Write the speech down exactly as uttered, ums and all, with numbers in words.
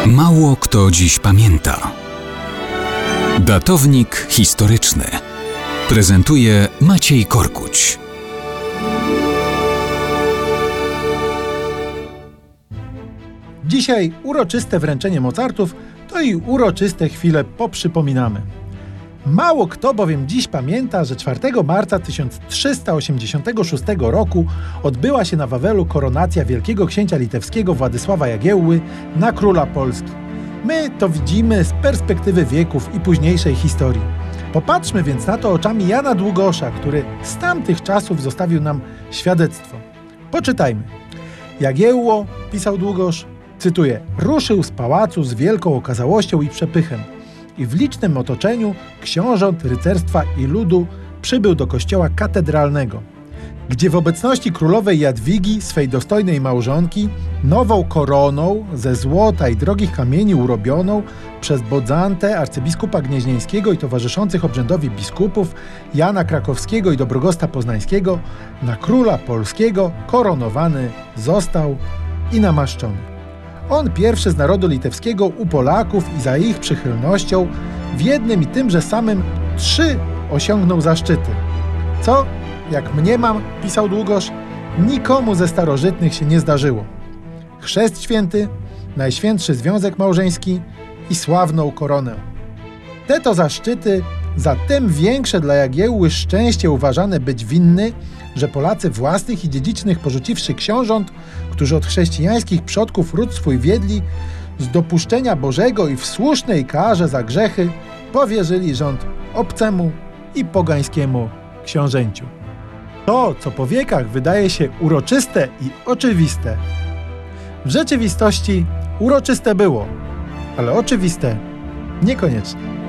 Mało kto dziś pamięta. Datownik historyczny prezentuje Maciej Korkuć. Dzisiaj uroczyste wręczenie Mozartów, to i uroczyste chwile poprzypominamy. Mało kto bowiem dziś pamięta, że czwartego marca tysiąc trzysta osiemdziesiątego szóstego roku odbyła się na Wawelu koronacja wielkiego księcia litewskiego Władysława Jagiełły na króla Polski. My to widzimy z perspektywy wieków i późniejszej historii. Popatrzmy więc na to oczami Jana Długosza, który z tamtych czasów zostawił nam świadectwo. Poczytajmy. Jagiełło, pisał Długosz, cytuję, ruszył z pałacu z wielką okazałością i przepychem i w licznym otoczeniu książąt, rycerstwa i ludu przybył do kościoła katedralnego, gdzie w obecności królowej Jadwigi, swej dostojnej małżonki, nową koroną ze złota i drogich kamieni urobioną przez Bodzantę, arcybiskupa gnieźnieńskiego i towarzyszących obrzędowi biskupów Jana Krakowskiego i Dobrogosta Poznańskiego, na króla polskiego koronowany został i namaszczony. On pierwszy z narodu litewskiego u Polaków i za ich przychylnością w jednym i tymże samym trzy osiągnął zaszczyty. Co, jak mniemam, pisał Długosz, nikomu ze starożytnych się nie zdarzyło. Chrzest święty, najświętszy związek małżeński i sławną koronę. Te to zaszczyty za tym większe dla Jagiełły szczęście uważane być winny, że Polacy własnych i dziedzicznych porzuciwszy książąt, którzy od chrześcijańskich przodków ród swój wiedli, z dopuszczenia Bożego i w słusznej karze za grzechy, powierzyli rząd obcemu i pogańskiemu książęciu. To, co po wiekach wydaje się uroczyste i oczywiste, w rzeczywistości uroczyste było, ale oczywiste niekoniecznie.